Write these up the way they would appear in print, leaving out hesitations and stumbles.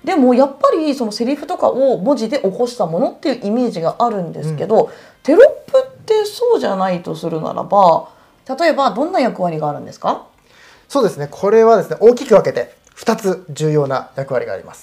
でもやっぱりそのセリフとかを文字で起こしたものっていうイメージがあるんですけど、テロップってそうじゃないとするならば、例えばどんな役割があるんですか？ そうですね、これはですね、大きく分けて2つ重要な役割があります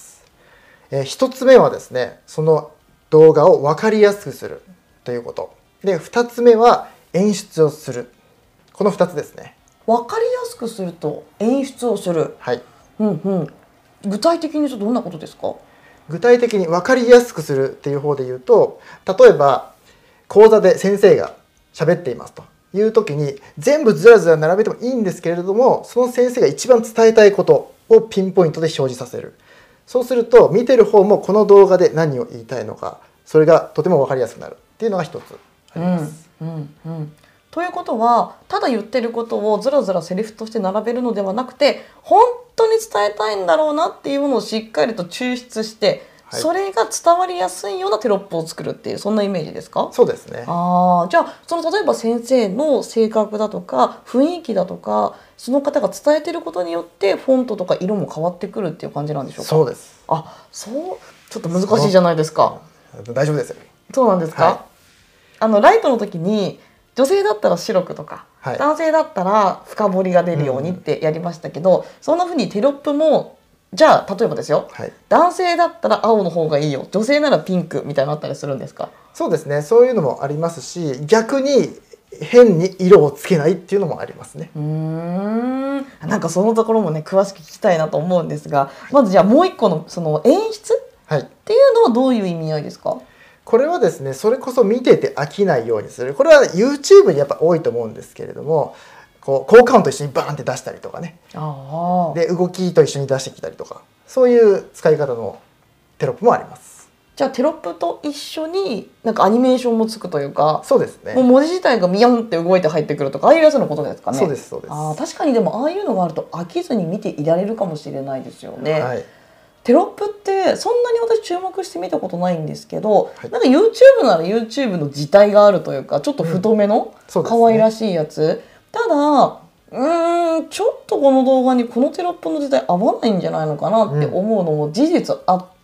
。1つ目はですね、その動画を分かりやすくするということ。で、2つ目は演出をする。この2つですね。 分かりやすくすると演出をする。 はい。 具体的に言うとどんなことですか？ 具体的に分かりやすくするっていう方で言うと、例えば講座で先生が喋っていますという時に全部ずらずら並べてもいいんですけれども、その先生が一番伝えたいことをピンポイントで表示させる。そうすると見てる方もこの動画で何を言いたいのか、それがとても分かりやすくなるっていうのが一つあります。 ということは、ただ言ってることをずらずらセリフとして並べるのではなくて、本当に伝えたいんだろうなっていうものをしっかりと抽出して、それが伝わりやすいようなテロップを作るっていう、そんなイメージですか？ そうですね。 じゃあその例えば先生の性格だとか雰囲気だとか、その方が伝えてることによってフォントとか色も変わってくるっていう感じなんでしょうか？ そうです。 ちょっと難しいじゃないですか。 大丈夫ですよ。 そうなんですか？ライトの時に女性だったら白くとか、男性だったら深彫りが出るようにってやりましたけど、そんな風にテロップも、じゃあ例えばですよ、男性だったら青の方がいいよ、女性ならピンクみたいなのあったりするんですか？ そうですね、そういうのもありますし、逆に変に色をつけないっていうのもありますね。 なんかそのところもね、詳しく聞きたいなと思うんですが、まずじゃあもう一個のその演出っていうのはどういう意味合いですか？ これはですね、それこそ見てて飽きないようにする。これは YouTube にやっぱ多いと思うんですけれども、こう効果音と一緒にバーンって出したりとかね、で動きと一緒に出してきたりとか、そういう使い方のテロップもあります。 じゃあテロップと一緒になんかアニメーションもつくというか、 そうですね、 もう文字自体がミヤンって動いて入ってくるとか、ああいうやつのことですかね？ そうですそうです。 確かに、でもああいうのがあると飽きずに見ていられるかもしれないですよね。テロップってそんなに私注目して見たことないんですけど、なんか YouTube なら YouTube の字体があるというか、ちょっと太めの可愛らしいやつ。ただちょっとこの動画にこのテロップの字体合わないんじゃないのかなって思うのも事実あって、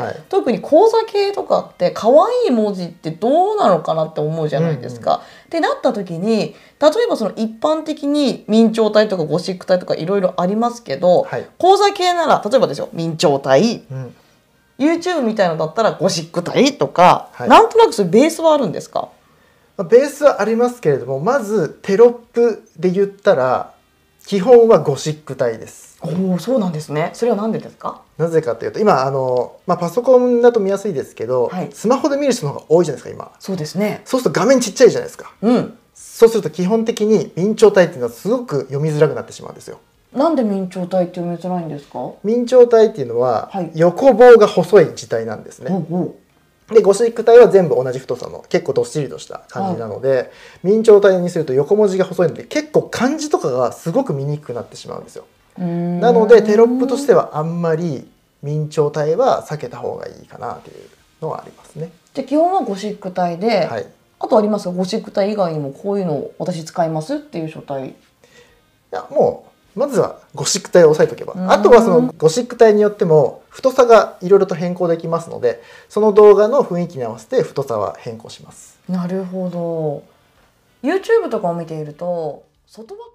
特に講座系とかって可愛い文字ってどうなのかなって思うじゃないですか。ってなった時に、例えばその一般的に明朝体とかゴシック体とかいろいろありますけど、講座系なら例えばですよ、明朝体、YouTube みたいなのだったらゴシック体とか、なんとなくそういうベースはあるんですか？ ベースはありますけれども、まずテロップで言ったら基本はゴシック体です。 そうなんですね。それは何でですか？ なぜかというと、今パソコンだと見やすいですけど、スマホで見る人の方が多いじゃないですか今。 そうですね。 そうすると画面ちっちゃいじゃないですか。そうすると基本的に明朝体っていうのはすごく読みづらくなってしまうんですよ。 なんで明朝体って読みづらいんですか？ 明朝体っていうのは横棒が細い字体なんですね。でゴシック体は全部同じ太さの結構どっしりとした感じなので、明朝体にすると横文字が細いので結構漢字とかがすごく見にくくなってしまうんですよ。なのでテロップとしてはあんまり明朝体は避けた方がいいかなというのはありますね。 じゃあ基本はゴシック体で、あとありますか？ゴシック体以外にもこういうのを私使いますっていう書体。 いや、もうまずはゴシック体を押さえておけば、あとはそのゴシック体によっても太さがいろいろと変更できますので、その動画の雰囲気に合わせて太さは変更します。 なるほど。 YouTube とかを見ていると外枠